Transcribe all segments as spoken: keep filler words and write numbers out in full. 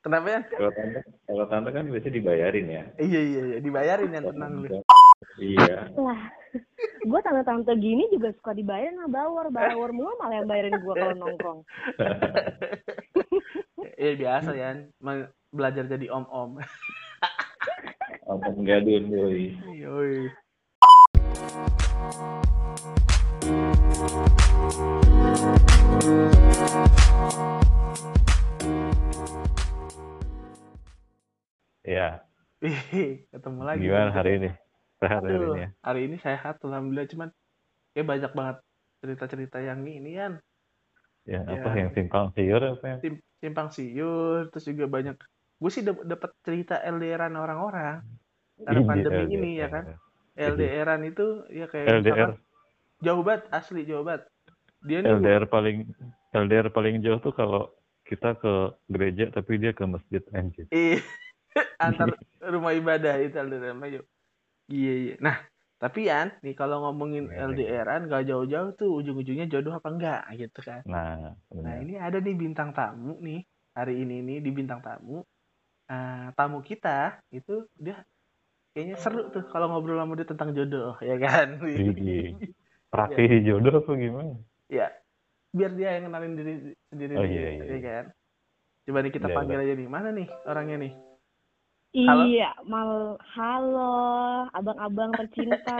Kenapa ya? Kalau tante, kalau tante kan biasanya dibayarin ya. Iya iya iya, dibayarin yang tenang lu. Iya. Lah, gue tante-tante gini juga suka dibayarin sama bawor. Bawor mulu malah yang bayarin gue kalau nongkrong. Iya biasa ya, belajar jadi om-om. Om-om gadun boy. Yoi. Iya. Ih, ketemu lagi. Gimana hari ini? Sehat hari Aduh, ini ya? hari ini sehat alhamdulillah, cuman kayak banyak banget cerita-cerita yang ini kan. Ya, Ya. apa yang simpang siur apa yang? Sim- simpang siur, terus juga banyak. Gue sih dap- dapat cerita L D R-an orang-orang karena Ini pandemi L D R. ini ya kan. L D R-an itu ya kayak L D R. misalkan jauh banget, asli jauh banget. Dia nih L D R paling L D R paling jauh tuh kalau kita ke gereja tapi dia ke masjid anjir. Ih, antar rumah ibadah itu L D R sama yuk. Iya iya. Nah, tapi Yan, nih kalau ngomongin L D R-an gak jauh-jauh tuh ujung-ujungnya jodoh apa enggak gitu kan. Nah, Nah, benar. ini ada nih bintang tamu nih. Hari ini nih di bintang tamu. Uh, tamu kita itu dia kayaknya seru tuh kalau ngobrol sama dia tentang jodoh, ya kan? Iya. Praktisi jodoh apa gimana? Ya, biar dia yang kenalin diri sendiri Oh, nih, iya, iya. ya kan? Coba nih kita Iya, panggil iya. aja nih. Mana nih orangnya nih? Halo? Iya, mal halo, abang-abang tercinta.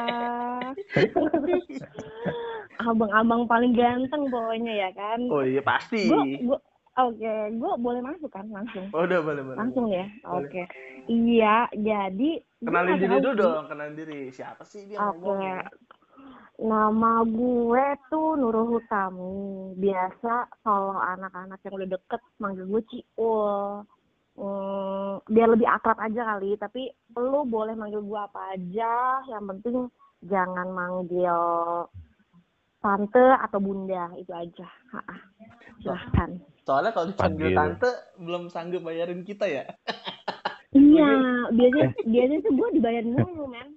Abang-abang paling ganteng pokoknya ya kan. Oh iya pasti. Gue Oke, okay. Gue boleh masuk kan langsung? Oh udah boleh boleh. Langsung boleh. Ya, oke. Okay. Iya, jadi kenalin diri dulu dong, kenalin diri. Siapa sih dia okay. ngomongnya? Nama gue tuh Nurul Hutami. Biasa kalau anak-anak yang udah deket manggil gue Ciul. Hmm, biar lebih akrab aja kali, tapi lu boleh manggil gue apa aja, yang penting jangan manggil tante atau bunda, itu aja. Ha-ha. Silahkan. Soalnya kalau dipanggil tante belum sanggup bayarin kita ya. Iya, biasanya biasanya tuh gue dibayarin mulu, men.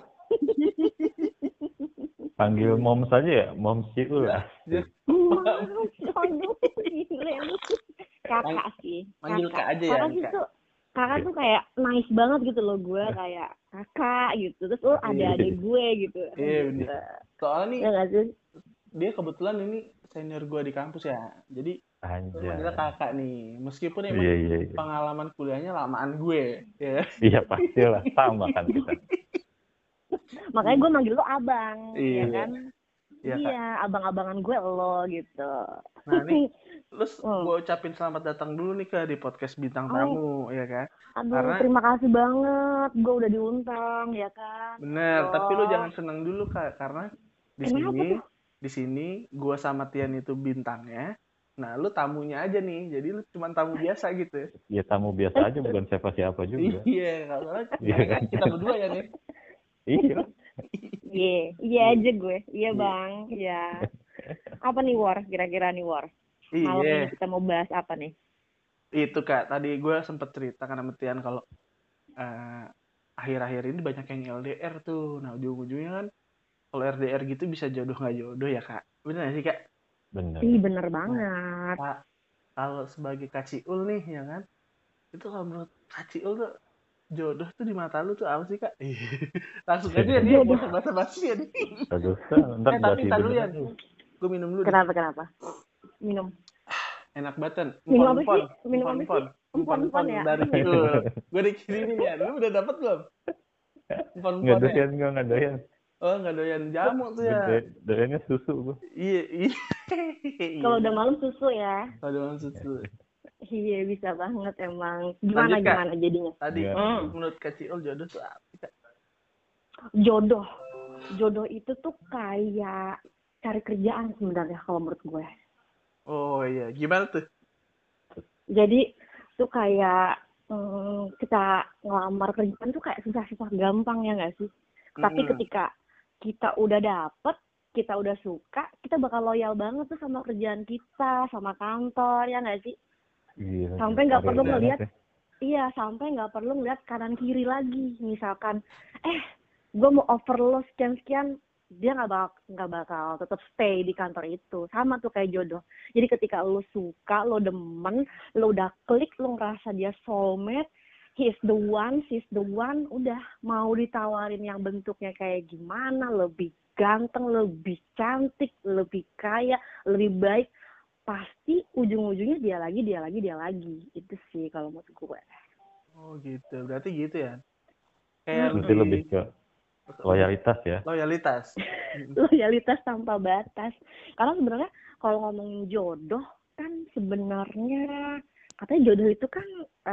Panggil mom saja ya, mom Ciul lah. Kakak sih. Manggil kak aja ya. Kakak sih tuh, kakak tuh kayak nice banget gitu loh, gue kayak kakak gitu. Terus lo ada adik gue gitu. Iya bener. Soalnya nih, ya, dia kebetulan ini senior gue di kampus ya. Jadi manggilnya kakak nih. Meskipun emang iya, iya, iya. pengalaman kuliahnya lamaan gue. Ya. Iya pastilah, sama kan kita. Makanya gue manggil lo abang, iya. ya kan? Iya, iya abang-abangan gue lo gitu. Nah nih, terus hmm. gue ucapin selamat datang dulu nih ke di podcast Bintang Tamu, oh. ya kan? Aduh, karena terima kasih banget, gue udah diundang, ya kan? Bener, oh. tapi lu jangan senang dulu kak, karena di Kenapa sini, tuh? di sini gue sama Tian itu bintangnya. Nah, lu tamunya aja nih, jadi lu cuma tamu biasa gitu. Iya tamu biasa aja, bukan siapa-siapa juga. Iya, kalau kan kita berdua ya nih. Iya. Iya, iya aja gue. Iya bang, iya. Apa nih War? Kira-kira nih War? Malam ini kita mau bahas apa nih? Itu kak, tadi gue sempet cerita kan sama Tian kalau uh, akhir-akhir ini banyak yang L D R tuh. Nah ujung-ujungnya kan kalau R D R gitu bisa jodoh nggak jodoh ya kak? Bener gak sih kak? Bener. Ih bener banget. Nah, kalau sebagai Kak Ciul nih ya kan, itu kalau menurut Kak Ciul tuh jodoh tuh di mata lu tuh apa sih kak? Langsung aja ya nih, gak usah basa-basi ya nih. Gak usah, ntar eh, tapi ntar dulu ya, gue minum dulu. Kenapa, deh. kenapa? Minum. Enak banget. Minum apa sih? Minum apa sih? Empon-empon ya? Dari Ciul. Gue dikirimin ya, lu udah dapet belum? Empon-emponnya. Nggak doyan, gue nggak doyan. Oh nggak doyan jamu tuh ya? Doyannya susu gue. Iya, iya. Kalau udah malam susu ya? Kalau udah malam susu. Iya bisa banget emang. Gimana Lanjut, gimana jadinya? Tadi hmm. menurut Kak Ciul jodoh tuh apa? Jodoh, jodoh itu tuh kayak cari kerjaan sebenarnya kalau menurut gue. Oh iya, gimana tuh? Jadi tuh kayak hmm, kita ngelamar kerjaan tuh kayak susah-susah gampang ya nggak sih? Hmm. Tapi ketika kita udah dapet, kita udah suka, kita bakal loyal banget tuh sama kerjaan kita, sama kantor ya nggak sih? Iya, sampai nggak perlu ngeliat ya. Iya sampai nggak perlu ngeliat kanan kiri lagi. Misalkan eh gue mau over lo sekian sekian, dia nggak bakal nggak bakal tetap stay di kantor itu. Sama tuh kayak jodoh. Jadi ketika lo suka, lo demen, lo udah klik, lo ngerasa dia soulmate, he is the one, she is the one, udah mau ditawarin yang bentuknya kayak gimana, lebih ganteng, lebih cantik, lebih kaya, lebih baik, pasti ujung-ujungnya dia lagi, dia lagi, dia lagi. Itu sih kalau menurut gue. Oh gitu, berarti gitu ya. Kayak Berarti lebih ke loyalitas ya. Loyalitas. Loyalitas tanpa batas. Karena sebenarnya kalau ngomongin jodoh kan sebenarnya katanya jodoh itu kan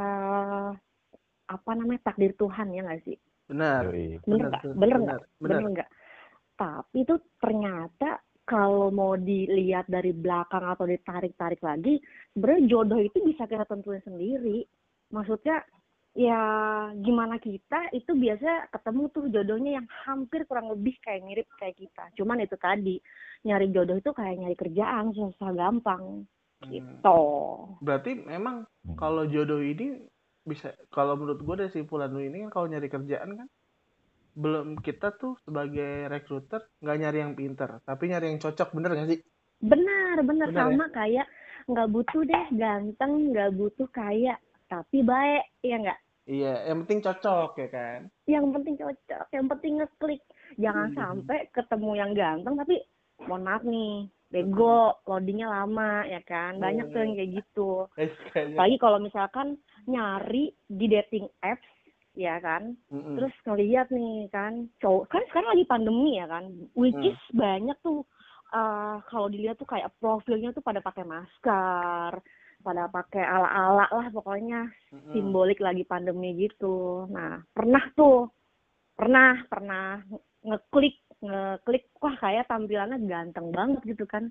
uh, apa namanya takdir Tuhan ya nggak sih? Benar. Bener nggak? Bener nggak? Bener nggak? Tapi itu ternyata kalau mau dilihat dari belakang atau ditarik-tarik lagi, sebenarnya jodoh itu bisa kita tentuin sendiri. Maksudnya ya gimana kita itu biasa ketemu tuh jodohnya yang hampir kurang lebih kayak mirip kayak kita. Cuman itu tadi, nyari jodoh itu kayak nyari kerjaan, susah gampang gitu. Hmm. Berarti memang kalau jodoh ini bisa, kalau menurut gue dari simpulan lu ini kan kalau nyari kerjaan kan belum, kita tuh sebagai rekruter nggak nyari yang pinter, tapi nyari yang cocok, bener nggak sih? Benar, benar, bener sama ya? Kayak nggak butuh deh ganteng, nggak butuh kaya, tapi baik, ya nggak? Iya, yang penting cocok ya kan? Yang penting cocok, yang penting ngeklik. Jangan Hmm. sampai ketemu yang ganteng tapi mohon maaf nih, bego, loadingnya lama ya kan? Banyak tuh yang kayak gitu. Apalagi kalau misalkan nyari di dating apps ya kan, mm-mm. Terus ngeliat nih kan cowok kan sekarang lagi pandemi ya kan, which is mm. banyak tuh uh, kalau dilihat tuh kayak profilnya tuh pada pakai masker, pada pakai ala-ala lah pokoknya, mm-mm. simbolik lagi pandemi gitu. Nah pernah tuh pernah pernah ngeklik ngeklik wah kayak tampilannya ganteng banget gitu kan,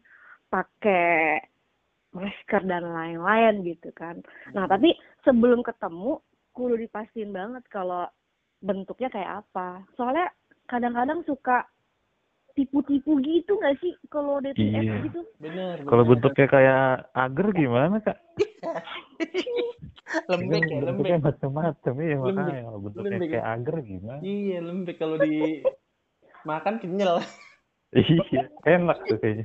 pakai masker dan lain-lain gitu kan. Nah tapi sebelum ketemu kudu dipastiin banget kalau bentuknya kayak apa. Soalnya kadang-kadang suka tipu-tipu gitu nggak sih kalau dating iya. apps gitu? Bener. Kalau bentuknya kayak agar gimana kak? Lembek ya, lembek. Bentuknya macam-macam ya makanya. Kalau bentuknya lembek. Kayak agar gimana? Iya lembek, kalau di makan kenyal. Iya, enak tuh kayaknya.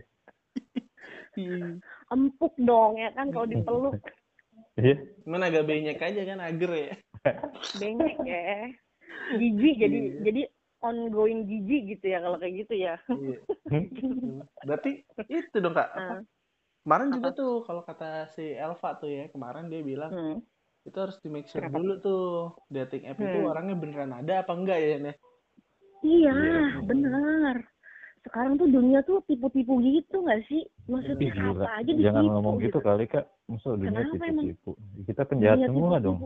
Empuk dong ya kan kalau dipeluk. Iya. Cuman agak benyek aja kan agar ya. Benyek ya. Jijik jadi iya. Jadi ongoing jijik gitu ya kalau kayak gitu ya. Iya. Berarti itu dong kak. Apa? Uh. Kemarin apa? Juga tuh kalau kata si Elva tuh ya, kemarin dia bilang hmm. itu harus di make sure dulu tuh dating app hmm. itu orangnya beneran ada apa enggak ya nih? Iya, hmm. bener. Sekarang tuh dunia tuh tipu-tipu gitu nggak sih? Maksudnya Gila. Apa aja ditipu. Jangan ngomong gitu, gitu kali kak. Maksud dunia tipu-tipu. Kita penjahat dunia semua tipu-tipu. Dong.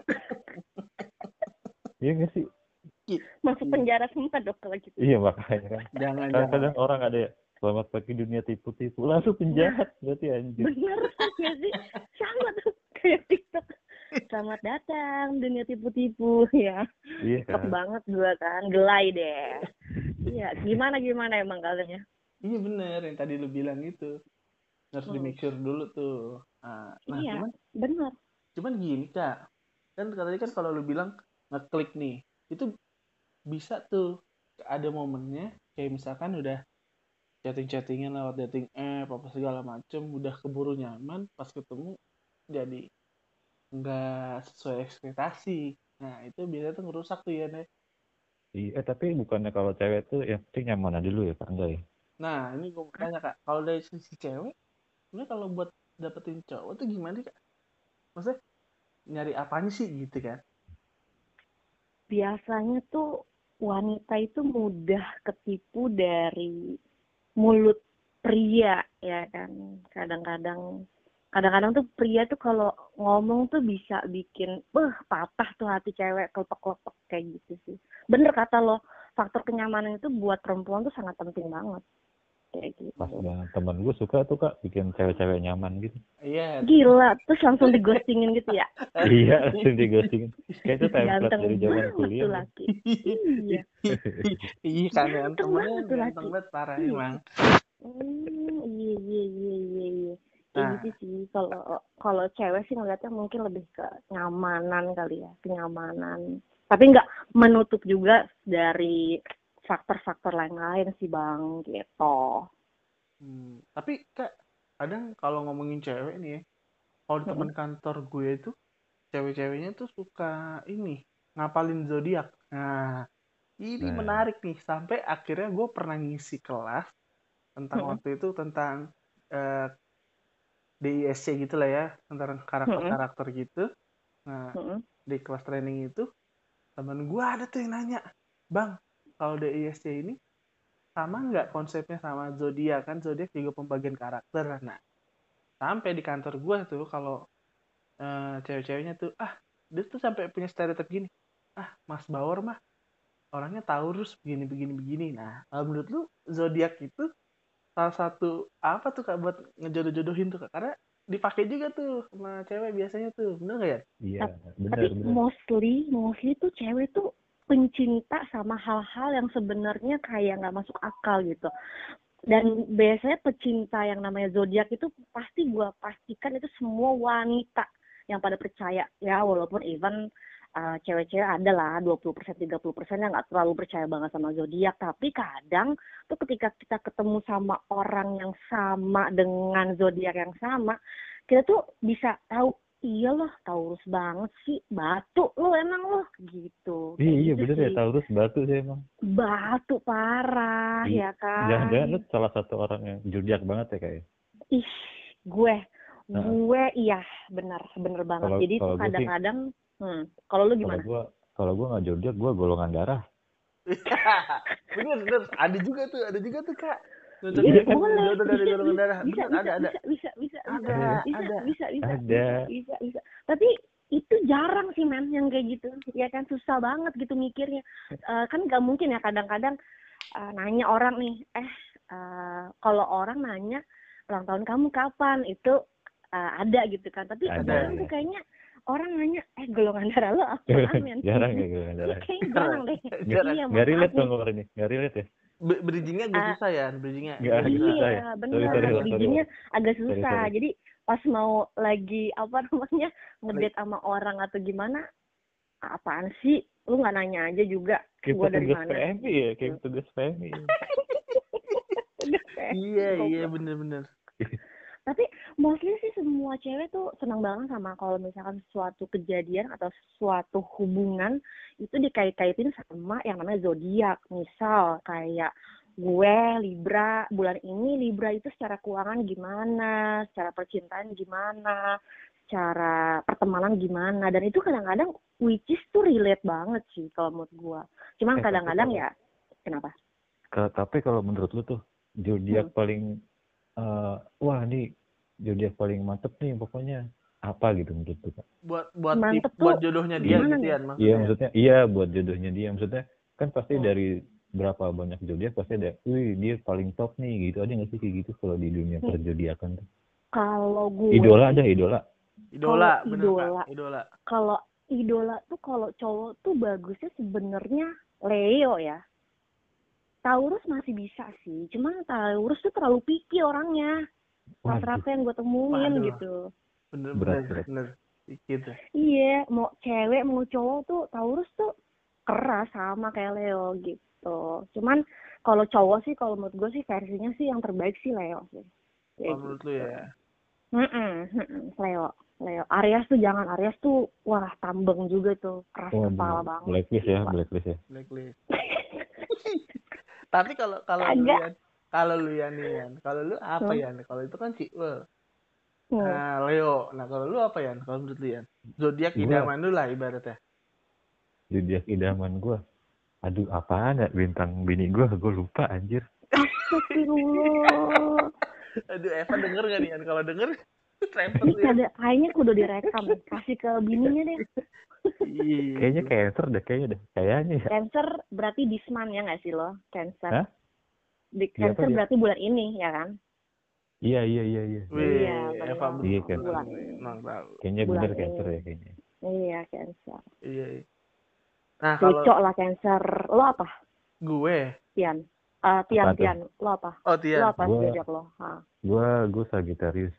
Iya nggak sih? Masuk penjara semua dong kalau gitu. Iya makanya kan. Jangan. Kadang-kadang orang ada ya, selamat pagi dunia tipu-tipu. Langsung penjahat berarti anjir. Bener ya sih? Sama tuh kayak TikTok. Selamat datang dunia tipu-tipu ya. Iya kan. Cakep banget gua kan, gelai deh. Iya, gimana gimana emang katanya? Iya bener yang tadi lu bilang itu. Harus hmm. di make sure dulu tuh. Nah, iya, cuman bener. Cuman gini kak, kan tadi kan kalau lu bilang ngeklik nih, itu bisa tuh ada momennya kayak misalkan udah chatting-chattingan lewat dating app apa segala macem, udah keburu nyaman, pas ketemu jadi nggak sesuai ekspektasi. Nah itu biasanya tuh ngerusak tuh ya nih. Iya, tapi bukannya kalau cewek tuh yang penting nyaman dulu ya Kak Andai? Nah ini gue mau tanya kak, kalau dari sisi cewek, ini kalau buat dapetin cowok tuh gimana kak? Maksudnya nyari apanya sih gitu kan? Biasanya tuh wanita itu mudah ketipu dari mulut pria ya kan. Kadang-kadang kadang-kadang tuh pria tuh kalau ngomong tuh bisa bikin beh patah tuh hati cewek, kelepek-kelepek kayak gitu sih. Bener kata lo, faktor kenyamanan itu buat perempuan tuh sangat penting banget. Kayak gitu. Pas banget, temen gue suka tuh kak bikin cewek-cewek nyaman gitu. Iya. Gila, terus langsung dighostingin gitu ya? Iya, langsung dighostingin. Kayak itu template dari zaman kuliah. Tuh laki. Iya. Iya kan, yang temennya ganteng banget parah emang. Hmm, iya iya iya iya iya. Kayak nah. gitu sih. Kalau kalau cewek sih ngeliatnya mungkin lebih ke nyamanan kali ya, kenyamanan. Tapi nggak menutup juga dari faktor-faktor lain-lain sih Bang, gitu. Hmm, tapi Kak, kadang kalau ngomongin cewek nih ya, kalau di teman kantor gue itu cewek-ceweknya tuh suka ini ngapalin zodiak. Nah, ini Nah, menarik nih sampai akhirnya gue pernah ngisi kelas tentang Mm-mm. waktu itu tentang eh, D I S C gitu lah ya, tentang karakter-karakter gitu. Nah, Mm-mm. di kelas training itu temen gue ada tuh yang nanya, Bang, kalau D I S C ini sama nggak konsepnya sama zodiak? Kan zodiak juga pembagian karakter. Nah, sampai di kantor gue tuh kalau eh, cewek-ceweknya tuh ah dia tuh sampai punya stereotip gini, ah Mas Bawor mah orangnya Taurus begini begini begini. Nah, kalau menurut lu zodiak itu salah satu apa tuh Kak buat ngejodoh-jodohin tuh Kak? Karena dipakai juga tuh sama cewek biasanya tuh, bener nggak ya? iya, Tap- benar, Tapi benar. mostly, mostly tuh cewek tuh pencinta sama hal-hal yang sebenarnya kayak nggak masuk akal gitu. Dan biasanya pecinta yang namanya zodiak itu pasti gua pastikan itu semua wanita yang pada percaya ya, walaupun even uh, cewek-cewek ada lah dua puluh persen tiga puluh persen yang nggak terlalu percaya banget sama zodiak, tapi kadang tuh ketika kita ketemu sama orang yang sama dengan zodiak yang sama, kita tuh bisa tahu iya loh Taurus banget sih, batu lo emang lo gitu, Iya, kayak iya gitu bener ya, sih, Taurus batu sih emang. batu parah Iya. ya kan. Jangan-jangan lu salah satu orang yang zodiak banget ya kayak. Ih, gue, Heeh. gue iya benar, bener banget. Kalau Jadi tuh kalau gue sih, kadang-kadang, hmm, kalau lu kalau gimana? gue kalau gue nggak zodiak, gue golongan darah. bener bener ada juga tuh ada juga tuh Kak Iya, nunjukin boleh, jodoh dari bisa, golongan bisa, darah. bisa, Bener bisa, ada ada bisa, bisa, bisa, ada bisa, Ada, bisa, ada bisa, bisa, ada. bisa, bisa, bisa. Tapi itu jarang sih men yang kayak gitu, ya kan susah banget gitu mikirnya. Eh, kan nggak mungkin ya kadang-kadang eh, nanya orang nih, eh eh, kalau orang nanya ulang tahun kamu kapan itu eh, ada gitu kan. Tapi Ada, jarang ya. tuh kayaknya orang nanya, eh golongan darah lo apaan men? Jarang ya golongan darah. Kayaknya jarang deh. jarang Iya, Nggak mohon maaf relate dong nih. kalau ini, nggak relate ya. Be- bridgingnya agak Ah, susah ya bridgingnya Nggak agak agak susah susah ya. iya, Sorry, benar. sorry, Bang, sorry, Bridgingnya Bang. agak Sorry, susah. sorry. Jadi pas mau lagi apa namanya ngedate sama orang atau gimana, apaan sih? Lu nggak nanya aja juga Kayak gua dari petugas mana? P M I ya, kayak petugas P M I. Udah kayak iya iya goblok. bener-bener Tapi mostly sih semua cewek tuh senang banget sama kalau misalkan suatu kejadian atau suatu hubungan itu dikait-kaitin sama yang namanya zodiak. Misal kayak gue Libra, bulan ini Libra itu secara keuangan gimana, secara percintaan gimana, secara pertemanan gimana, dan itu kadang-kadang which is tuh relate banget sih kalau menurut gue. Cuman Eh, tapi kadang-kadang kalau ya kenapa? Ke- tapi kalau menurut lu tuh zodiak Hmm. paling eh, wah nih zodiak paling mantep nih pokoknya apa gitu menurut lu, Kak? buat buat Mantep buat tuh jodohnya dia gimana gitu nih? ya Iya maksudnya maksudnya iya buat jodohnya dia maksudnya kan pasti Hmm. dari berapa banyak zodiak pasti ada, wih dia paling top nih gitu, ada nggak sih kayak gitu kalau di dunia Hmm. perzodiakan tuh? Kalau gue Idola sih, ada idola. idola kalau bener idola, Kak idola kalau idola tuh kalau cowok tuh bagusnya sebenarnya Leo ya. Taurus masih bisa sih, cuman Taurus tuh terlalu picky orangnya. Waduh, Rata-rata yang gue temuin Waduh. gitu. bener berat bener berat. bener dikit ya. Iya, mau cewek mau cowok tuh Taurus tuh keras sama kayak Leo gitu. Cuman kalau cowok sih, kalau menurut gue sih versinya sih yang terbaik sih Leo sih. Kayak Kalau menurut lu gitu. ya Mm-mm, mm-mm, Leo. Leo. Aries tuh jangan, Aries tuh wah tambeng juga tuh, keras kepala Waduh, banget. blacklist ya, Gila. blacklist ya. blacklist tapi kalau kalau lu Agak. ya kalau lu ya nih Yan kalau lu apa Hmm. ya kalau itu kan si well Hmm. nah Leo nah kalau lu apa ya kalau menurut lu Yan zodiak Gua idaman lu lah ibaratnya zodiak idaman gua. Aduh, apaan ya bintang bini gua? Gua lupa anjir. Astagfirullah. aduh Eva denger gak nih Yan kalau denger rempet Ini lu ya kada, kayaknya kudu direkam nih. Kasih ke bininya deh. Kayaknya cancer deh, kayaknya deh. Kayaknya ya. Cancer berarti this month ya nggak sih lo? Cancer. Hah? Di Iya, Cancer apa dia? berarti bulan ini ya kan? Iya, iya, iya, iya. Wih, Iya, Eva benar. Iya, bener kan. Bulan nih, ini. emang tahu. Kayaknya Bulan bener ini. cancer ya kayaknya. Iya, Cancer. Iya. iya. Nah kalau Cocok lah Cancer. Lo apa? gue, Tian. Uh, Tian, Apa tuh? Tian. Lo apa? oh Lo Tian, apa Gua- zodiak lo? Ha. Gua gua Sagittarius.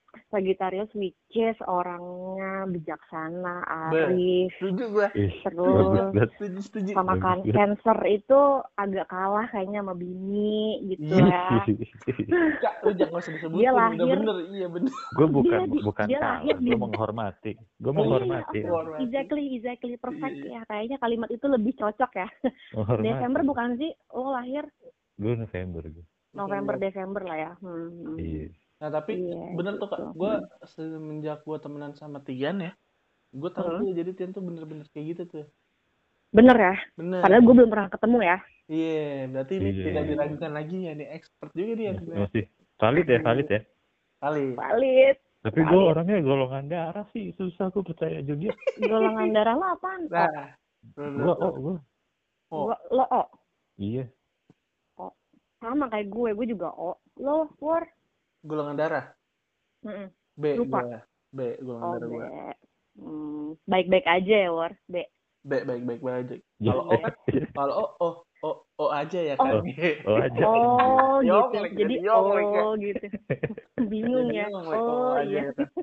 Sagittarius which is orangnya bijaksana, Be, arif. setuju gua. Ih, bagus Terus banget. Setuju, setuju. sama Bagus kan banget. Cancer itu agak kalah kayaknya sama Bini gitu Iya. ya. Kak, lu jangan usah Dia disebutin, udah lahir, bener, iya bener. Gue bukan dia di, bukan dia kalah, lahir di gue menghormati. Gue Oh iya, iya, menghormati. oke, oke. Hormati. Exactly, exactly. Perfect Iya. ya. Kayaknya kalimat itu lebih cocok ya. Menghormati. Desember bukan sih? Lo lahir Gue November gue. November, Desember lah ya. Hmm, hmm. Iya. Nah tapi Iya, bener tuh Kak, gitu. gue semenjak gue temenan sama Tian ya, gue tahu Hmm. tuh jadi Tian tuh bener-bener kayak gitu tuh. Bener ya? Bener. Padahal gue belum pernah ketemu ya. Iya, berarti ini Iya. tidak diragukan lagi ya, nih expert juga dia. Masih, masih valid ya, valid ya. Kali. Valid. Tapi gue orangnya golongan darah sih, susah gue percaya Julia. Golongan darah lo apaan? Nah, Gue, oh, gue. Oh. Gua, lo O. Iya. Sama kayak gue. Gue juga O. Lo, War? golongan darah Mm-mm. B, Lupa. gue B golongan Oh, darah B. gue. Hmm, baik-baik aja ya, War. B. B baik-baik aja. Ya. Kalau O kan, kalau O, O, O, O aja ya kan. Oh aja. Oh, gitu. Yonglek, Jadi, jadi yonglek ya. oh, gitu. Bingung Jadi ya. yonglek, O Oh, aja iya. ya kan.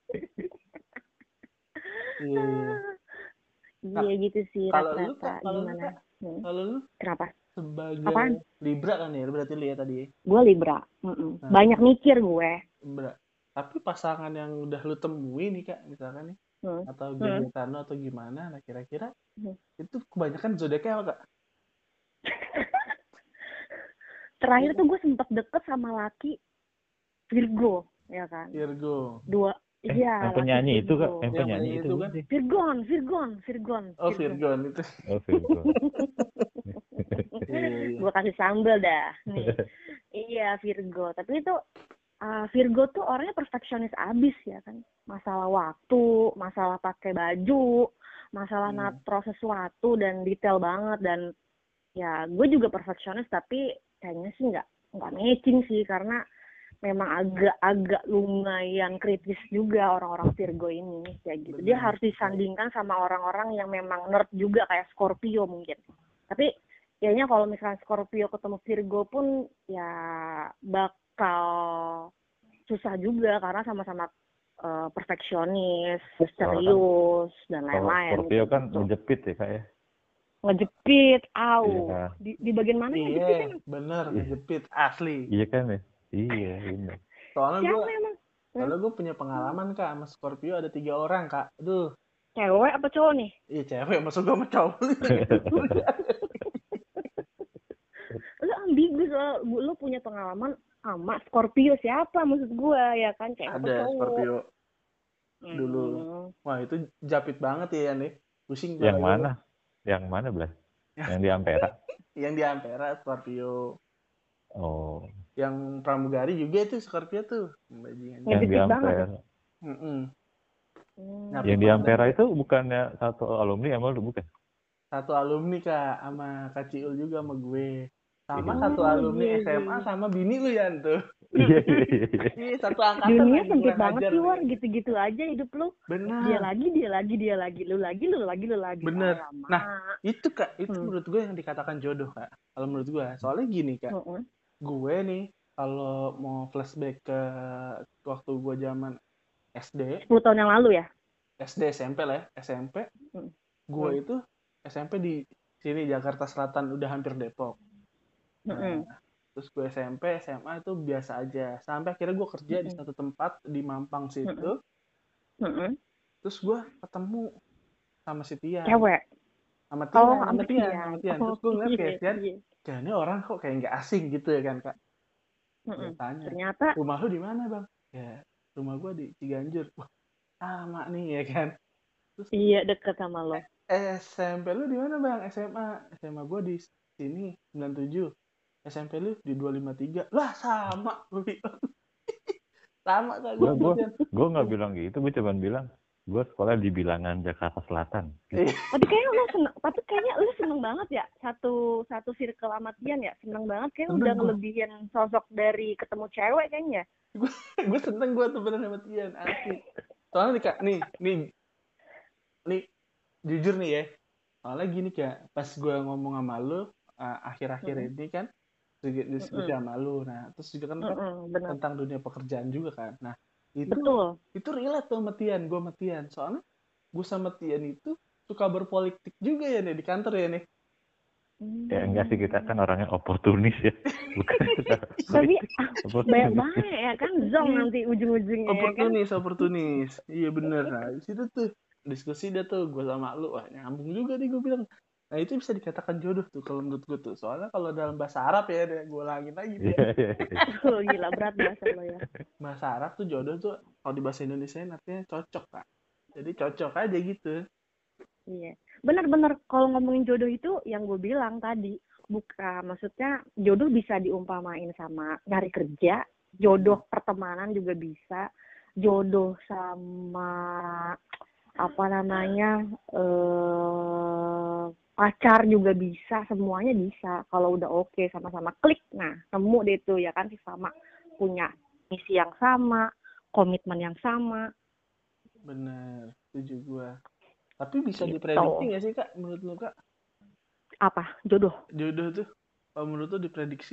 Iya. Iya gitu sih Kalau lu rata-rata. Kak, kalau lu Gimana? Kak, Hmm. kalau lu Kenapa? sebagai Apaan? Libra kan ya, berarti lu ya tadi. Gue Libra. Mm-mm. Nah. Banyak mikir gue. Libra. Tapi pasangan yang udah lu temui nih Kak, misalkan nih, Hmm. atau Hmm. gebetan lu atau gimana, nah kira-kira Hmm. itu kebanyakan zodiaknya apa Kak? Terakhir tuh gue sempet deket sama laki Virgo, ya kan? Virgo. Dua. Eh, Iya. yang laki penyanyi itu Virgo. kak, yang Yang penyanyi penyanyi itu itu bukan kan? sih? Virgon, Virgon, Virgon. Oh, Virgo itu. Oh Virgo. Iya, iya. Gue kasih sambel dah. Nih. Iya Virgo. Tapi itu uh, Virgo tuh orangnya perfeksionis abis ya kan. Masalah waktu, masalah pakai baju, masalah Hmm. natro sesuatu dan detail banget. Dan ya gue juga perfeksionis tapi kayaknya sih nggak nggak matching sih karena memang agak-agak lumayan kritis juga orang-orang Virgo ini kayak gitu. Dia Benar. harus disandingkan sama orang-orang yang memang nerd juga kayak Scorpio mungkin. Tapi kayaknya kalau misalnya Scorpio ketemu Virgo pun ya bakal susah juga karena sama-sama uh, perfeksionis, serius dan Kalau lain-lain. Scorpio kan gitu. ngejepit ya kak ya. Ngejepit, au. Iya. Di, di bagian mana ngejepit Iya, emang? bener, Iya. ngejepit asli. Iya kan ya. Iya benar. Soalnya Siapa gue, emang? soalnya gue punya pengalaman Kak sama Scorpio ada tiga orang Kak. Aduh, Cewek apa cowok nih? iya cewek, maksud gue sama cowok. Lu ambigu soal lu punya pengalaman sama Scorpio siapa maksud gua ya kan cewek apa Ada cowok? Scorpio Hmm. dulu. Wah itu japit banget ya nih. Pusing Yang kepala mana? Yang mana Blas? Yang di Ampera. gue. Yang di Ampera Scorpio. Oh, Yang pramugari juga itu Scorpio tuh. Bajingan. Ya, yang di dikit banget Ampera. Mm-mm. Hmm. Nah, Yang di Ampera itu bukannya satu alumni emang lu bukan? Satu alumni Kak sama Kak Ciul juga sama gue. Sama Iya. satu Oh, alumni iya, S M A iya. sama bini lu Yan tuh. Iya iya iya. Iya satu angkatan. Dunia lagi, sempit kurang banget ajar sih nih. War, gitu-gitu aja hidup lu. Benar. Dia lagi, dia lagi, dia lagi, lu lagi, lu lagi, lu lagi. Bener. Alamak. Nah, itu Kak, itu Hmm. menurut gue yang dikatakan jodoh Kak. Kalau menurut gue, soalnya gini Kak, Mm-mm. gue nih kalau mau flashback ke waktu gue zaman S D, sepuluh tahun yang lalu ya? S D S M P lah ya, S M P, Hmm. gue Hmm. itu S M P di sini Jakarta Selatan udah hampir Depok. Mm-mm. Nah, terus gue S M P, S M A itu biasa aja. Sampai akhirnya gue kerja di Mm-mm. satu tempat di Mampang situ. Mm-mm. Terus gue ketemu sama si Tian. Cewek. Sama Tian, Oh, sama sama Tian, Tian. sama Tian. Terus Oh, gue ngeliat iya, kayak Tian, iya. kayak ini orang kok kayak nggak asing gitu ya kan Kak. Mm-mm. Gue tanya, Ternyata rumah lu di mana bang? Ya, rumah gue di Ciganjur. Wah, sama nih ya kan. Terus iya deket sama lo. S M P lu di mana bang? S M A. S M A gue di sini sembilan tujuh. S M P lu di dua lima tiga. Lah sama. Gue bilang. Sama Kak. Gue gue Tian. gue nggak bilang gitu, gue cuma bilang gue sekolah di Bilangan Jakarta Selatan. Eh, Tapi kayaknya lu seneng, tapi kayaknya lu seneng banget ya satu satu circle sama Tian ya, seneng banget kayaknya Seneng udah gua. ngelebihin sosok dari ketemu cewek kayaknya. gue seneng gue tuh bener sama Tian. Asli. Soalnya nih Kak, nih, nih, nih, jujur nih ya. Soalnya gini Kak, pas gue ngomong sama lu, uh, akhir-akhir Mm-mm. ini kan, sedikit diskusi Mm-mm. sama lu. Nah, terus juga kan, kan Mm-mm, benar. tentang dunia pekerjaan juga kan. Nah, Itu Betul. itu relate tuh sama Tian, gue sama Tian. Soalnya gue sama Tian itu suka berpolitik juga ya nih di kantor ya nih. Ya enggak sih, kita kan orangnya oportunis ya. Bukan suka Tapi politik. banyak Oportunis. banget ya kan zong nanti ujung-ujungnya ya kan. Oportunis, oportunis. Iya bener. Nah, di situ tuh diskusi dah tuh gue sama lu. Wah, nyambung juga nih gue bilang. Nah, itu bisa dikatakan jodoh tuh kalau menurut gue tuh. Soalnya kalau dalam bahasa Arab ya, gue ulangin lagi tuh. Iya, iya, iya. Oh, gila berat bahasa lo ya. Bahasa Arab tuh jodoh tuh kalau di bahasa Indonesia artinya cocok, Kak. Jadi cocok aja gitu. Iya. Benar-benar kalau ngomongin jodoh itu yang gue bilang tadi, bukan maksudnya jodoh bisa diumpamain sama nyari kerja, jodoh pertemanan juga bisa, jodoh sama apa namanya eh pacar juga bisa, semuanya bisa kalau udah oke sama-sama klik. Nah, nemu deh tuh ya kan sama punya misi yang sama, komitmen yang sama Bener, setuju gue. Tapi bisa gitu. diprediksi nggak sih, Kak? Menurut lu, Kak? Apa? Jodoh. Jodoh tuh, kalau menurut lu diprediksi?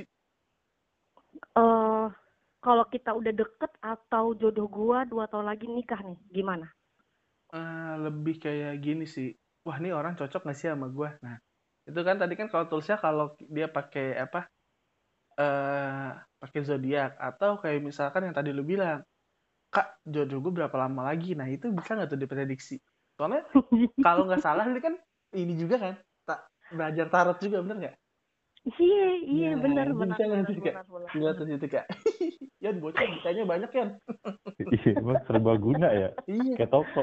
eh kalau kita udah deket atau jodoh gua dua tahun lagi nikah nih, gimana? Eh, lebih kayak gini sih. Wah, ini orang cocok nggak sih sama gue? Nah, itu kan tadi kan kalau toolsnya kalau dia pakai apa? Eh, pakai zodiak atau kayak misalkan yang tadi lu bilang, Kak, jodoh gue berapa lama lagi? Nah, itu bisa nggak tuh diprediksi? Soalnya kalau nggak salah ini kan ini juga kan, tak belajar tarot juga, bener nggak? Iya, iya Nah, benar itu benar bisa nggak benar tuh, Kak? benar benar. Dilihat di situ, Kak. Yan, bocah ditanya banyak, Yan. Iya, emang serbaguna ya. Iya. Kayak toko.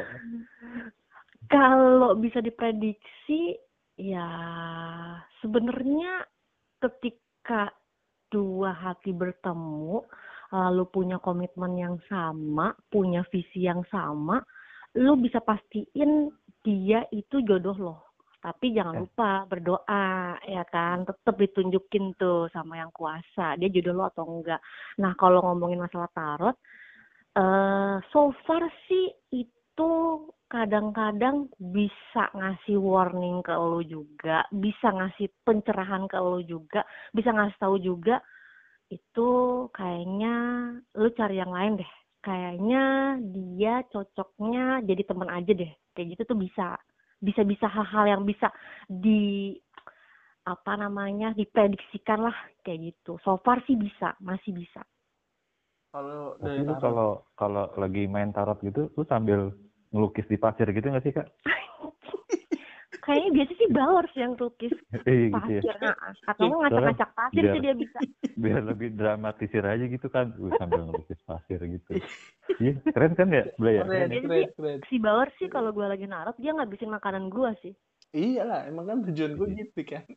Kalau bisa diprediksi, ya sebenarnya ketika dua hati bertemu, lalu punya komitmen yang sama, punya visi yang sama, lu bisa pastiin dia itu jodoh lo. Tapi jangan Eh. lupa berdoa, ya kan? Tetap ditunjukin tuh sama yang kuasa, dia jodoh lo atau enggak. Nah, kalau ngomongin masalah tarot, eh so far sih itu kadang-kadang bisa ngasih warning ke lo juga, bisa ngasih pencerahan ke lo juga, bisa ngasih tahu juga itu kayaknya lu cari yang lain deh. Kayaknya dia cocoknya jadi teman aja deh. Kayak gitu tuh bisa. Bisa-bisa hal-hal yang bisa di apa namanya diprediksikan lah kayak gitu. So far sih bisa, masih bisa. Kalau Tapi dari lu tarot, kalau kalau lagi main tarot gitu, lu sambil ngelukis di pasir gitu nggak sih, Kak? Kayaknya biasa sih Bawers yang lukis Iya gitu ya. pasir. Nah, atau nggak ngacak-ngacak pasir biar- sih dia bisa. Biar lebih dramatisir aja gitu kan, lu sambil ngelukis pasir gitu. Iya, keren kan ya, Blay ya? keren, Keren ya? Biasa keren, sih keren. si Bawers sih kalau gue lagi narot dia ngabisin makanan gue sih. Iyalah, emang kan tujuan gue Iya. gitu kan.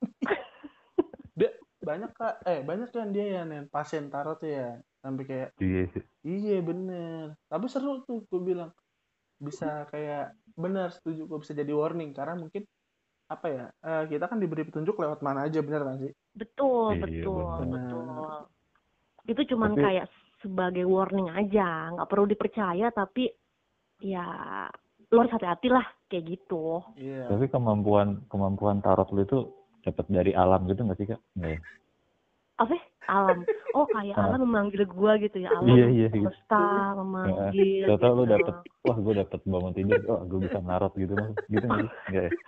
Dia banyak, Kak. Eh, banyak kan dia yang, yang pasien tarot tuh ya. Sampai kayak, Iya sih. iya bener. Tapi seru tuh, gue bilang. Bisa kayak, bener, setuju. Gue bisa jadi warning. Karena mungkin, apa ya, eh, kita kan diberi petunjuk lewat mana aja, bener gak sih? Betul, Iya, betul, benar. betul. Itu cuman Tapi- kayak sebagai warning aja, nggak perlu dipercaya tapi ya lo harus hati-hati lah kayak gitu. Iya. Tapi kemampuan kemampuan tarot lu itu dapat dari alam gitu nggak sih, Kak? Nggak ya? Apa? Alam. Oh kayak Ah. alam memanggil gua gitu ya. Alam Iya, iya, gitu. semesta memanggil. Tahu-tahu lu gitu. dapet, wah gue dapet bangun tidur, oh gue bisa narot gitu mah, gitu nggak sih? Nggak ya?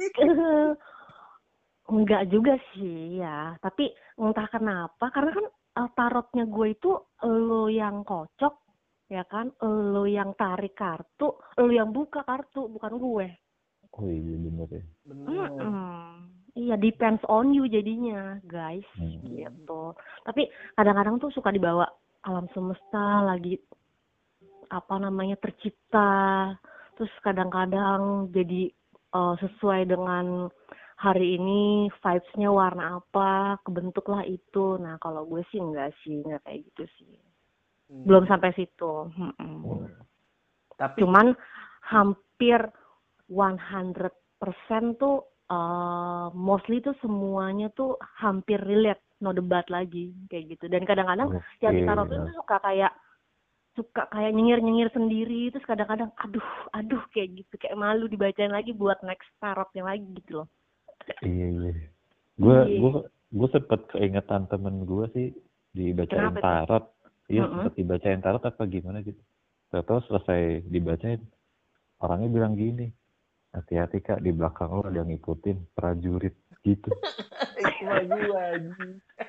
Enggak juga sih ya, tapi entah kenapa karena kan uh, tarotnya gue itu lo yang kocok ya kan, lo yang tarik kartu, lo yang buka kartu bukan gue. Oh iya bener ya. Bener. Mm-mm. Iya depends on you jadinya guys Hmm. gitu. Tapi kadang-kadang tuh suka dibawa alam semesta lagi apa namanya tercipta, terus kadang-kadang jadi uh, sesuai dengan hari ini vibes-nya warna apa, kebentuklah itu. Nah, kalau gue sih enggak sih, enggak kayak gitu sih. Hmm. Belum sampai situ. Mm-mm. Tapi, Cuman hampir seratus persen tuh uh, mostly tuh semuanya tuh hampir relate, no debat lagi kayak gitu. Dan kadang-kadang Oke. yang tarot itu suka kayak suka kayak nyengir-nyengir sendiri, terus kadang-kadang aduh, aduh kayak gitu, kayak malu dibacain lagi buat next tarotnya lagi gitu loh. Iya iya. Gue Iya. gue gue sempet keingetan temen gue sih dibacain Kenapa tuh? tarot. Iya Mm-mm. sempet dibacain tarot apa gimana gitu. Tahu-tahu selesai dibacain, orangnya bilang gini, hati-hati kak, di belakang lo ada yang ngikutin prajurit gitu. Itu mah gue anjing.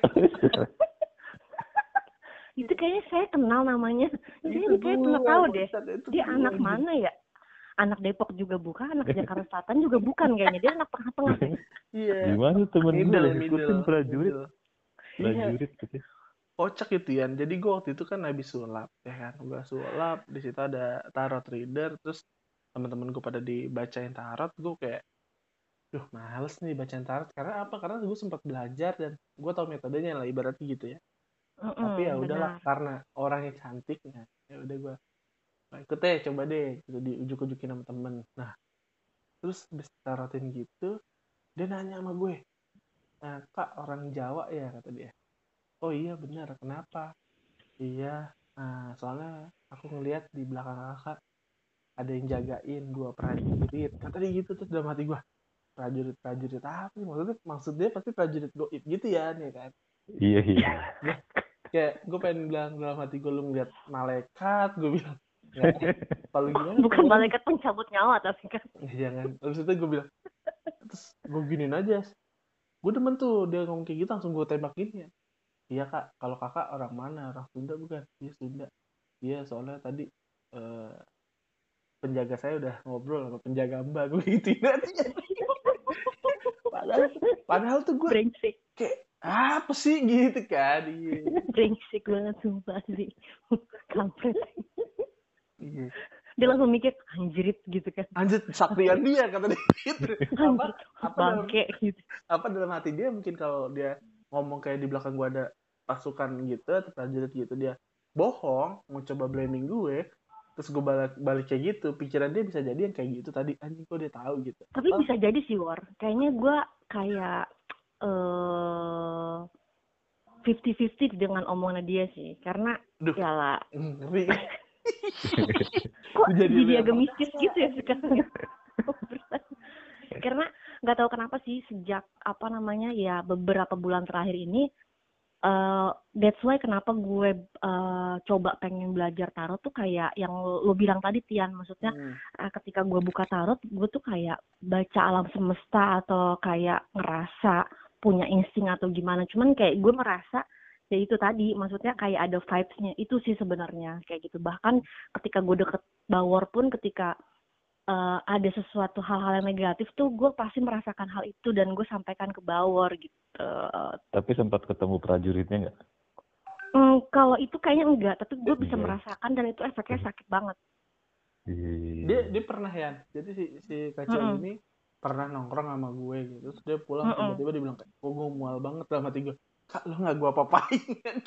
Itu kayaknya saya kenal namanya. Itu Saya kayak pernah gua, tahu deh. bangsat, itu Dia gua, anak anjing. mana ya? Anak Depok juga bukan, anak Jakarta Selatan juga bukan kayaknya. Dia anak tengah-tengah deh. Iya. Gimana temen gue Middle, ngikutin middle, prajurit, middle. Iya, prajurit gitu. kocak gitu ya. Jadi gue waktu itu kan habis sulap ya kan. Gue sulap, di situ ada tarot reader, terus teman-teman gue pada dibacain tarot, gue kayak duh males nih bacain tarot. Karena apa? Karena gue sempat belajar dan gue tahu metodenya lah ibaratnya gitu ya. Tapi ya Mm-mm, udahlah benar. karena orangnya cantik ya. Ya udah gue ikut deh, coba deh gitu diujuk-ujukin sama temen. Nah, terus habis tarotin gitu, dia nanya sama gue, nah, kak orang Jawa ya kata dia. Oh iya benar, kenapa? Iya, nah, soalnya aku ngelihat di belakang kakak ada yang jagain dua prajurit. Kata dia gitu, terus dalam hati gue, prajurit-prajurit apa sih? Maksudnya, maksudnya pasti prajurit goib gitu ya, nih kan? Iya iya. Gue kayak gue pengen bilang dalam hati gue, lu ngeliat malaikat, gue bilang nggak. Kalau gimana? Bukan Orang malaikat pencabut nyawa tapi kan. ya jangan. Terus itu gue bilang, terus gue giniin aja. Gue demen tuh dia ngomong kayak gitu, langsung gue tembakin ya. Iya kak, kalau kakak orang mana? Orang Sunda bukan? Iya Sunda. Iya soalnya tadi eh, penjaga saya udah ngobrol sama penjaga mbak gue gituin aja. Padahal, padahal tuh gue Brengsek. kayak apa sih gitu kan? Iya. Brengsek banget sumpah sih. Kampret. Iya. Dia langsung mikir anjrit gitu kan. Anjir saktian dia kata dia gitu. Apa Anjrit, apa dalam bangke gitu. apa dalam hati dia mungkin kalau dia ngomong kayak di belakang gue ada pasukan gitu atau prajurit gitu, dia bohong mau coba blaming gue, terus gue balik balik kayak gitu, pikiran dia bisa jadi yang kayak gitu tadi, anjing kok dia tahu gitu. Tapi Oh, bisa jadi sih War. Kayaknya gue kayak eh fifty fifty dengan omongannya dia sih. Karena duh, ya lah. ngeri. Kok Jadi jadi lu yang agak pertama. mistis gitu ya sekarang. Karena nggak tahu kenapa sih sejak apa namanya ya beberapa bulan terakhir ini uh, that's why kenapa gue uh, coba pengen belajar tarot tuh kayak yang lo, lo bilang tadi Tian, maksudnya Hmm. uh, ketika gue buka tarot gue tuh kayak baca alam semesta atau kayak ngerasa punya insting atau gimana, cuman kayak gue merasa ya itu tadi, maksudnya kayak ada vibes-nya itu sih sebenarnya kayak gitu. Bahkan ketika gue deket Bawor pun ketika uh, ada sesuatu hal-hal yang negatif tuh gue pasti merasakan hal itu dan gue sampaikan ke Bawor gitu. Tapi sempat ketemu prajuritnya nggak? Hmm, kalau itu kayaknya enggak, tapi gue bisa Enggak. merasakan dan itu efeknya sakit banget. Dia dia pernah ya, jadi si si kacau Mm-mm. ini pernah nongkrong sama gue gitu, terus dia pulang Mm-mm. tiba-tiba dia bilang kayak, oh gue mual banget dalam hati gue, kak lo nggak gue apa-apain kan?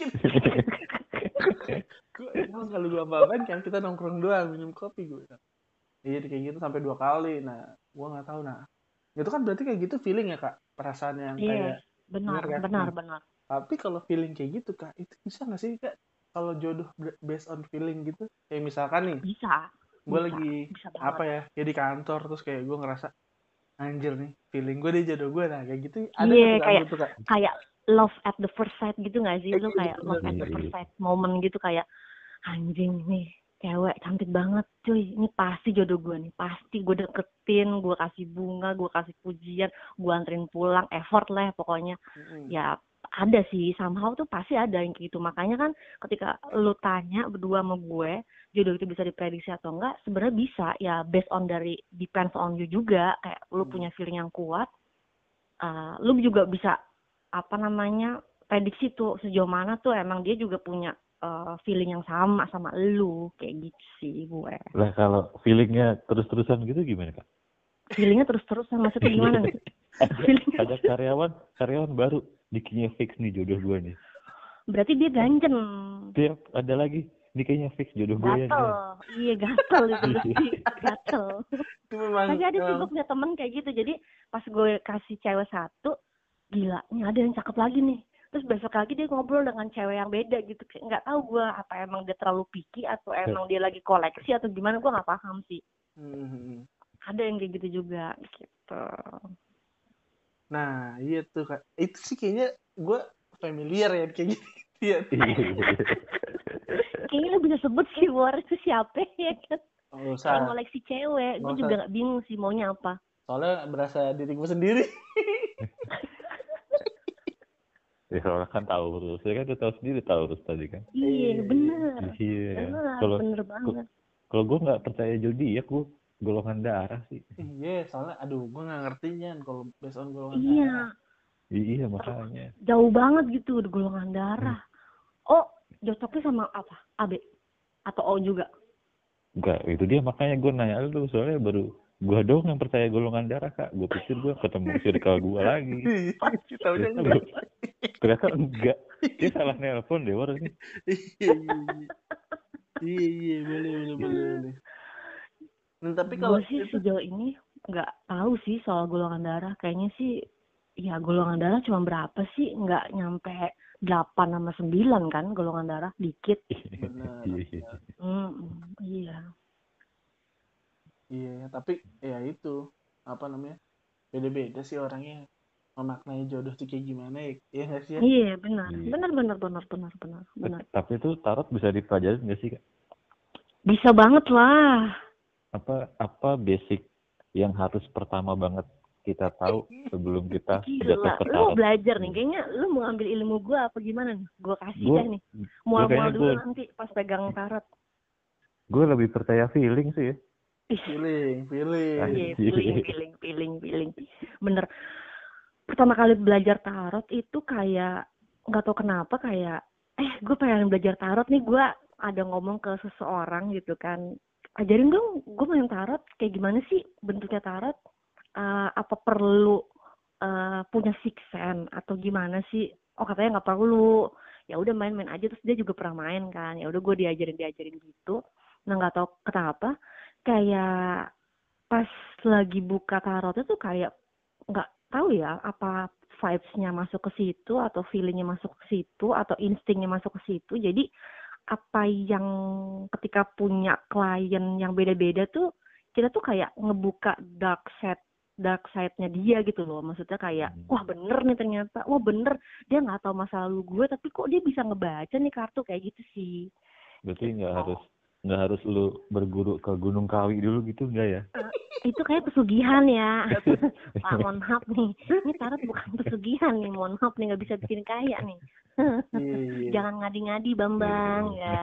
Gue kalau nggak gue apa-apain kan, kita nongkrong doang minum kopi gue. Iya kayak gitu sampai dua kali. Nah, gue nggak tahu. Nah, itu kan berarti kayak gitu feeling ya kak, perasaan yang Iya, kayak benar, bener kan. benar, Nah, benar. tapi kalau feeling kayak gitu kak, itu bisa nggak sih kak? Kalau jodoh based on feeling gitu, kayak misalkan nih, Bisa, gue bisa, lagi bisa apa banget. ya, ya di kantor terus kayak gue ngerasa anjir nih, feeling gue dia jodoh gue, nah kayak gitu ada nggak Iya, tuh kak kayak menurut tuh kak? kayak love at the first sight gitu nggak sih? Eh, Lu iya kayak love at bener-bener. the first sight moment gitu, kayak anjing nih, cewek cantik banget cuy, ini pasti jodoh gue nih, pasti gue deketin, gue kasih bunga, gue kasih pujian, gue anterin pulang, effort lah pokoknya. Mm-mm. Ya ada sih, somehow tuh pasti ada yang kayak gitu. Makanya kan ketika lu tanya berdua sama gue, jodoh itu bisa diprediksi atau enggak, sebenarnya bisa ya, based on dari depends on you juga, kayak lu Hmm. punya feeling yang kuat, uh, lu juga bisa apa namanya prediksi tuh sejauh mana tuh emang dia juga punya uh, feeling yang sama sama lu, kayak gitu sih gue. Lah kalau feelingnya terus-terusan gitu gimana kak? Feelingnya terus-terusan maksudnya gimana nih? ada, ada karyawan karyawan baru dikiranya fix nih jodoh gue nih. Berarti dia ganjen. Tiap ada lagi ini kayaknya fix jodoh gue ya. Gatel, iya gatel itu berarti gatel. Itu memang, Tapi ada sih memang. gue punya temen kayak gitu, jadi pas gue kasih cewek satu, gila, ini ada yang cakep lagi nih. Terus besok lagi dia ngobrol dengan cewek yang beda gitu, nggak tahu gue apa emang dia terlalu picky atau emang dia lagi koleksi atau gimana, gue nggak paham sih. Hmm. Ada yang kayak gitu juga gitu. Nah iya tuh kak, itu sih kayaknya gue familiar ya kayak gitu ya. Kayaknya kayaknya lu bisa sebut sih War itu siapa ya kan? Nggak usah. Kayak ngoleksi cewek, gue Nggak juga usah. nggak bingung sih maunya apa. Soalnya berasa diriku sendiri. Ya soalnya kan Taurus, saya kan udah tahu sendiri Taurus tadi kan. Iya bener, Iya. bener, Kalau bener banget. kalau gue nggak percaya zodiak, gue golongan darah sih. Iya, soalnya aduh, gue nggak ngerti Jan kalau based on golongan Iya, darah. Iya makanya. jauh banget gitu golongan darah. Oh, cocoknya sama apa? A B atau O juga? Enggak, itu dia makanya gue nanya lu, soalnya baru gue doang yang percaya golongan darah kak. Gue pikir gue ketemu circle gue lagi. Taunya Ternyata enggak. lu- ternyata enggak. Dia salah nelpon deh War ini. Iya, iya, iya. Iya, iya, boleh, boleh, boleh, boleh. Nah, tapi kalau Gue sih itu sejauh ini nggak tahu sih soal golongan darah. Kayaknya sih, ya golongan darah cuma berapa sih? Nggak nyampe delapan sama sembilan kan golongan darah, dikit. benar. Iya, iya. Hmm, iya. Iya, tapi ya itu apa namanya? Beda-beda sih orangnya memaknai jodoh tuh kayak gimana ya? Iya nggak sih ya? Iya benar, Iya. benar, benar, benar, benar, benar, benar. Tapi itu tarot bisa dipelajarin nggak sih kak? Bisa banget lah. Apa apa basic yang harus pertama banget kita tahu sebelum kita jatuh Gila, ke lu mau tarot? belajar nih. Kayaknya lu mau ambil ilmu gue apa gimana nih? Gue kasih Gua- deh nih. Gua Mual-mual kayaknya dulu gue nanti pas pegang tarot. gue lebih percaya feeling sih ya. Ih, Feeling, feeling. iya, Anjir. feeling, feeling, feeling, feeling. Bener. Pertama kali belajar tarot itu kayak nggak tahu kenapa kayak eh gue pengen belajar tarot nih, gue ada ngomong ke seseorang gitu kan, ajarin dong gue main tarot kayak gimana sih bentuknya tarot. Uh, apa perlu uh, punya six sense atau gimana sih? Oh katanya nggak perlu, ya udah main-main aja. Terus dia juga pernah main kan, ya udah gue diajarin diajarin gitu. Nah nggak tahu kenapa kayak pas lagi buka tarotnya tuh kayak nggak tahu ya apa vibes-nya masuk ke situ atau feeling-nya masuk ke situ atau instingnya masuk ke situ. Jadi apa yang ketika punya klien yang beda-beda tuh kita tuh kayak ngebuka dark side dark side-nya dia gitu loh. Maksudnya kayak wah bener nih ternyata, wah bener dia nggak tahu masa lalu gue tapi kok dia bisa ngebaca nih kartu kayak gitu sih. Berarti nggak harus nggak harus lu berguru ke Gunung Kawi dulu gitu nggak ya? Uh, itu kayak pesugihan ya. Pak, mohon maaf nih. Ini tarot bukan pesugihan nih, mohon maaf nih, nggak bisa bikin kaya nih. Iya. Jangan ngadi-ngadi Bambang ya.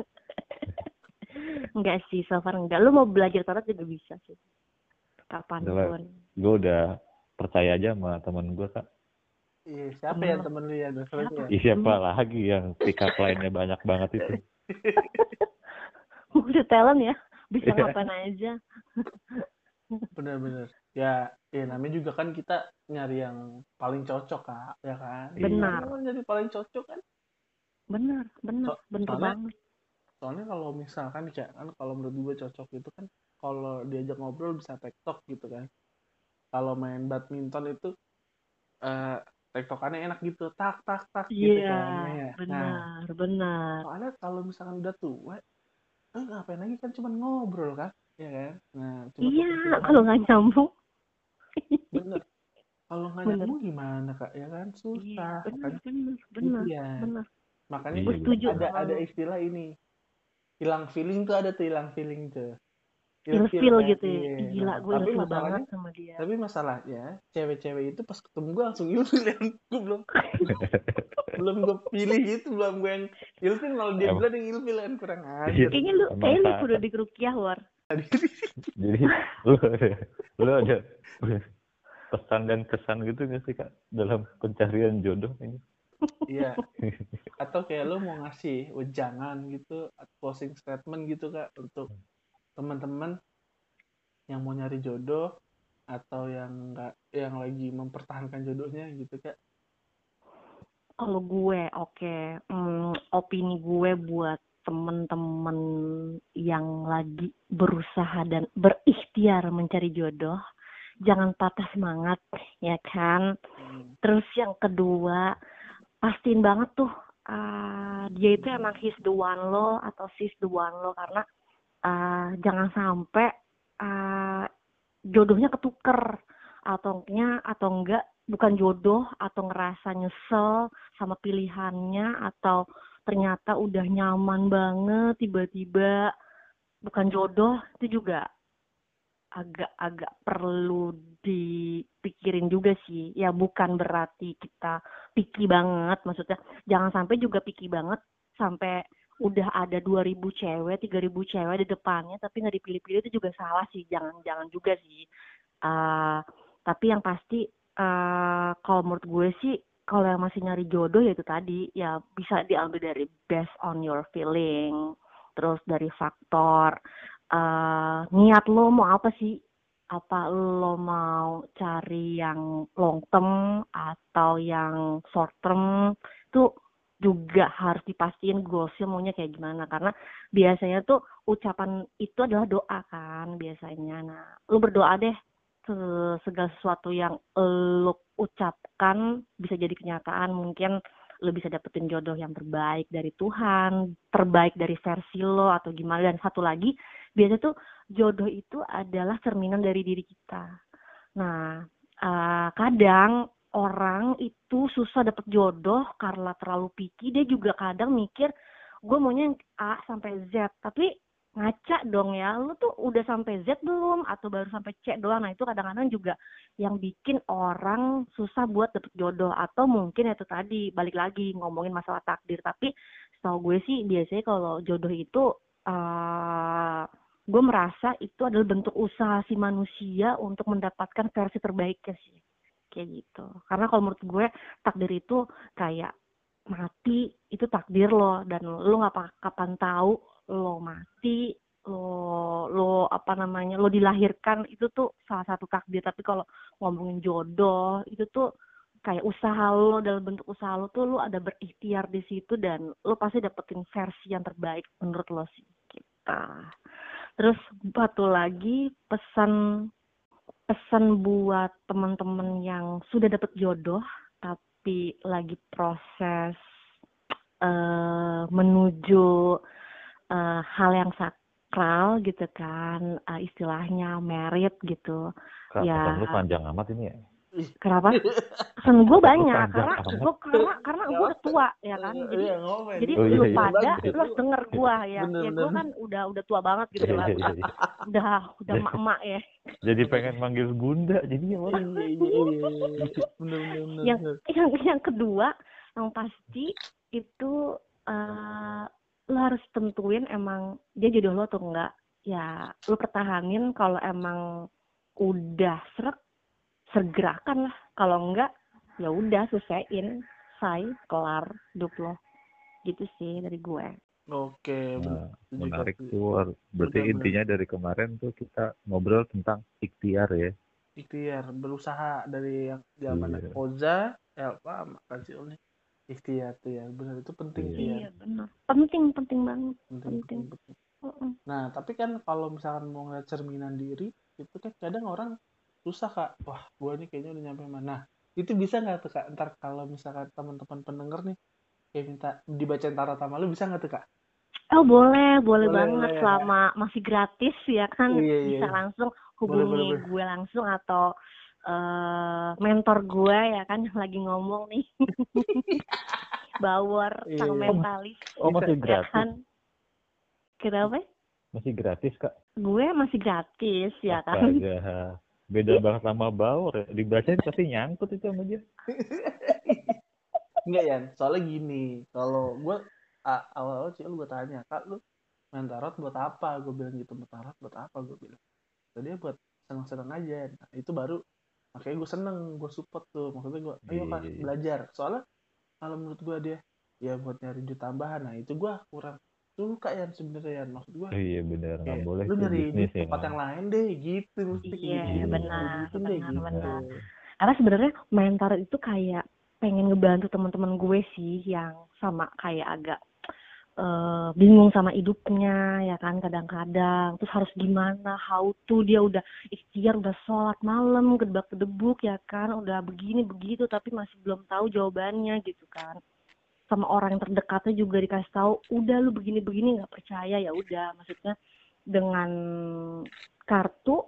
Enggak sih, so far enggak. Lu mau belajar tarot juga bisa sih. Kapanpun. Gue udah percaya aja sama temen gue kak. Iya, siapa ya temen lu ya? Siapa? Iya siapa lagi yang pick up line-nya banyak banget itu. Udah talent ya, bisa ngapain aja. Bener-bener. Ya, ya namanya juga kan kita nyari yang paling cocok kak, ya kan? Benar. Kan jadi paling cocok kan? Benar, benar, So, bener soalnya, banget. Soalnya kalau misalkan kayak kan kalau menurut gue cocok itu kan kalau diajak ngobrol bisa tektok gitu kan. Kalau main badminton itu uh, tektokannya enak gitu, tak tak tak gitu Iya, kan. Ya. benar, Nah, benar. soalnya kalau misalkan udah tua, eh ngapain lagi kan cuma ngobrol kan, ya kan? Nah, cuma iya, kalau nggak nyambung. Bener. Kalau nggak nyambung gimana kak, ya kan? Susah. Iya, benar, Makanya, benar, gitu benar, ya. benar. Makanya Iya, setuju ada sama ada lu. istilah ini, hilang feeling tuh ada tuh hilang feeling tuh. Ilfil kan? gitu ya. Iya. Gila, Nah, gue tapi ilfil masalahnya, banget sama dia. tapi masalahnya cewek-cewek itu pas ketemu gue langsung ilfil yang gue belum belum gue pilih gitu, belum gue yang ilfil, malah dia bilang yang ilfil kan, kurang ajar. Kayaknya lu, Emang kayaknya lu tak- kudu dikerukiah War. Jadi lu ada, lu ada pesan dan kesan gitu nggak sih kak dalam pencarian jodoh ini? Iya. Atau kayak lu mau ngasih wejangan gitu, closing statement gitu kak untuk teman-teman yang mau nyari jodoh atau yang enggak, yang lagi mempertahankan jodohnya gitu kak. Kalau gue, oke, okay. hmm, opini gue buat temen-temen yang lagi berusaha dan berikhtiar mencari jodoh, jangan patah semangat, ya kan? Hmm. Terus yang kedua, pastiin banget tuh uh, dia itu emang he's the one lo atau she's the one lo, karena uh, jangan sampai uh, jodohnya ketuker atau enggak atau enggak bukan jodoh atau ngerasa nyesel sama pilihannya atau ternyata udah nyaman banget tiba-tiba bukan jodoh, itu juga agak-agak perlu dipikirin juga sih. Ya bukan berarti kita picky banget, maksudnya jangan sampai juga picky banget sampai udah ada dua ribu cewek, tiga ribu cewek di depannya tapi nggak dipilih-pilih, itu juga salah sih. Jangan-jangan juga sih. Uh, tapi yang pasti uh, kalau menurut gue sih, kalau yang masih nyari jodoh ya itu tadi, ya bisa diambil dari based on your feeling, terus dari faktor uh, niat lo mau apa sih, apa lo mau cari yang long term atau yang short term, itu juga harus dipastiin goalsnya maunya kayak gimana, karena biasanya tuh ucapan itu adalah doa kan biasanya. Nah, lo berdoa deh segala sesuatu yang lo ucapkan bisa jadi kenyataan. Mungkin lo bisa dapetin jodoh yang terbaik dari Tuhan, terbaik dari versi lo atau gimana. Dan satu lagi, biasanya tuh jodoh itu adalah cerminan dari diri kita. Nah, uh, kadang orang itu susah dapet jodoh karena terlalu picky. Dia juga kadang mikir, gue maunya yang A sampai Z, tapi ngaca dong ya, lu tuh udah sampai Z belum atau baru sampai C doang. Nah itu kadang-kadang juga yang bikin orang susah buat dapet jodoh. Atau mungkin itu tadi balik lagi ngomongin masalah takdir. Tapi setahu gue sih biasanya kalau jodoh itu uh, gue merasa itu adalah bentuk usaha si manusia untuk mendapatkan versi terbaiknya sih, kayak gitu. Karena kalau menurut gue takdir itu kayak mati, itu takdir lo, dan lo nggak kapan tahu lo mati, lo lo apa namanya lo dilahirkan, itu tuh salah satu takdir. Tapi kalau ngomongin jodoh itu tuh kayak usaha lo, dalam bentuk usaha lo tuh lo ada berikhtiar di situ dan lo pasti dapetin versi yang terbaik menurut lo sih kita. Terus satu lagi pesan pesan buat teman-teman yang sudah dapet jodoh tapi lagi proses uh, menuju uh, hal yang sakral gitu kan, uh, istilahnya merit gitu. Kak, ya. pesan lu panjang amat ini ya. Kenapa? Pesan gue banyak karena gue karena karena gue udah tua ya kan, jadi iya, jadi oh, iya, lu iya. pada Iya. lu harus denger gue ya. Bener, ya bener. Gue kan udah udah tua banget gitu lah, Iya, iya, iya. udah udah emak-emak ya. Jadi pengen manggil bunda jadinya orang. Iya iya iya. Bener bener bener. Yang yang yang kedua yang pasti itu uh, lo harus tentuin emang dia jodoh lo atau enggak. Ya lo pertahanin, kalau emang udah srek segerakan lah, kalau enggak ya udah selesaiin, say kelar hidup lo, gitu sih dari gue. Oke, Nah, bener. menarik tuh. Berarti Bener, intinya bener. Dari kemarin tuh kita ngobrol tentang ikhtiar ya. Ikhtiar, berusaha dari yang zaman Iya. Oza, Elva, makan sih ini. Ikhtiar tuh ya, benar itu penting Iya. sih ya. Iya benar, penting penting banget, Penting, penting. penting, penting. Uh-uh. Nah, tapi kan kalau misalkan mau ngeliat cerminan diri, itu kan kadang orang susah kak. Wah, gue nih kayaknya udah nyampe mana. Nah, itu bisa nggak tuh kak? Ntar kalau misalkan teman-teman pendengar nih, kayak minta dibacain tarot sama lu, bisa nggak tuh kak? Oh boleh, boleh, Boleh, banget boleh ya, selama masih gratis ya kan. Iya, iya, Bisa iya. langsung Boleh, hubungi boleh, boleh. gue langsung atau uh, mentor gue ya kan yang lagi ngomong nih. Bauer Iya, sang iya. mentalis. Oh, masih Ya gratis. kan? Kenapa? Masih gratis, Kak. Gue masih gratis ya kan. Astaga. Beda banget sama Bauer ya. Dibacain pasti nyangkut itu sama dia. Enggak ya, soalnya gini, kalau gue a- awal-awal sih lu gue tanya, kak lu main tarot buat apa? Gue bilang gitu, main tarot buat apa? Gue bilang. Jadi buat seneng-seneng aja. Nah, itu baru makanya gue seneng, gue support tuh. Maksudnya gue, ayo kak Iya. belajar. Soalnya kalau menurut gue dia ya buat nyari duit tambahan. Nah itu gue kurang suka ya sebenarnya ya. Maksud gue, Oh, iya benar, nggak kayak, boleh lu tuh nyari bisnis duit ya. tempat yang lain deh, gitu. Mesti Iya, gitu. benar, Gitu deh, benar, gitu. benar. Karena sebenarnya main tarot itu kayak pengen ngebantu teman-teman gue sih yang sama kayak agak uh, bingung sama hidupnya ya kan, kadang-kadang terus harus gimana, how to, dia udah ikhtiar, udah sholat malam gedebak-gedebuk ya kan, udah begini begitu tapi masih belum tahu jawabannya gitu kan. Sama orang yang terdekatnya juga dikasih tahu, udah lu begini-begini nggak percaya, ya udah, maksudnya dengan kartu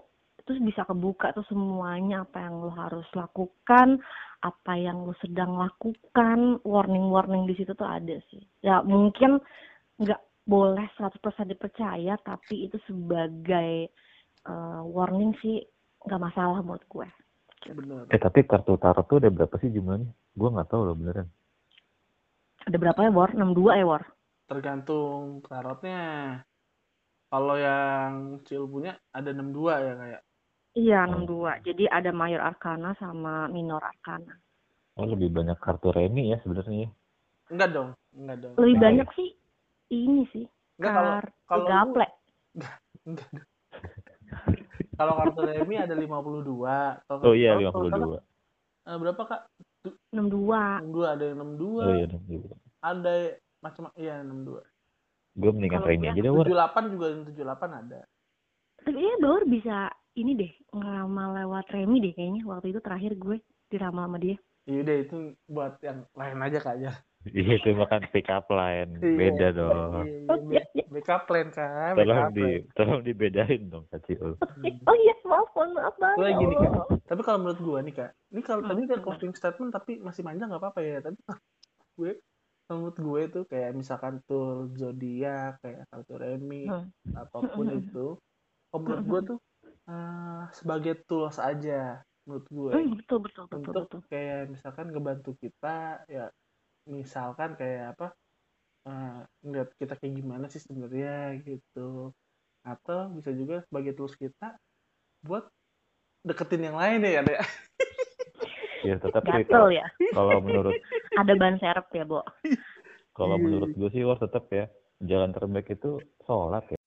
terus bisa kebuka tuh semuanya apa yang lo harus lakukan, apa yang lo sedang lakukan, warning-warning di situ tuh ada sih. Ya mungkin nggak boleh seratus persen dipercaya, tapi itu sebagai uh, warning sih nggak masalah menurut gue. Bener. Eh tapi kartu tarot tuh ada berapa sih jumlahnya? Gue nggak tahu loh beneran. Ada berapa ya, War? enam puluh dua ya, War? Tergantung tarotnya. Kalau yang Cil punya ada enam puluh dua ya kayak. Iya, enam puluh dua. Jadi ada Major Arcana sama Minor Arcana. Oh lebih banyak kartu remi ya sebenarnya. Enggak dong, enggak dong. Lebih Nah, banyak sih ini sih. Enggak, kalau Kartu kalau lu- gaple. Enggak dong. Kalau kartu remi ada lima puluh dua. Kalau Oh iya kalau lima puluh dua. eh, berapa Kak? enam puluh dua. enam puluh dua, ada yang enam puluh dua. Oh iya enam puluh dua. Ada macam iya enam puluh dua. Gue mendingan Kalau remi gue aja deh, War. tujuh puluh delapan juga yang tujuh puluh delapan ada. Tapi ya Bauer bisa ini deh, ngeramal lewat Remi deh kayaknya. Waktu itu terakhir gue diramal sama dia. Iya deh, itu buat yang lain aja Kak ya. Iya itu makan pick up line. Beda dong. Iya, iya, iya. Backup plan kan. Tolong backup di plan. tolong dibedain dong Kak Ciul. Oh iya, maaf, mohon maaf banget. Gue gini ya Kak. Allah. Tapi kalau menurut gue nih Kak, ini kalau Hmm, tadi kan gimana? closing statement tapi masih panjang nggak apa-apa ya. Tapi gue kalau menurut gue tuh kayak misalkan tool zodiak kayak kartu remi Hmm. apapun Hmm. itu, kalau menurut gue tuh eh, sebagai tools aja menurut gue Hmm, betul, betul, betul, untuk betul. kayak misalkan ngebantu kita ya, misalkan kayak apa, eh, ngeliat kita kayak gimana sih sebenarnya gitu, atau bisa juga sebagai tools kita buat deketin yang lain ya deh. Ya tetap sih Gatel kalau, ya. kalau menurut Ada ban serep ya, Bo. kalau Iya. menurut gue sih War tetap ya jalan terbaik itu sholat ya.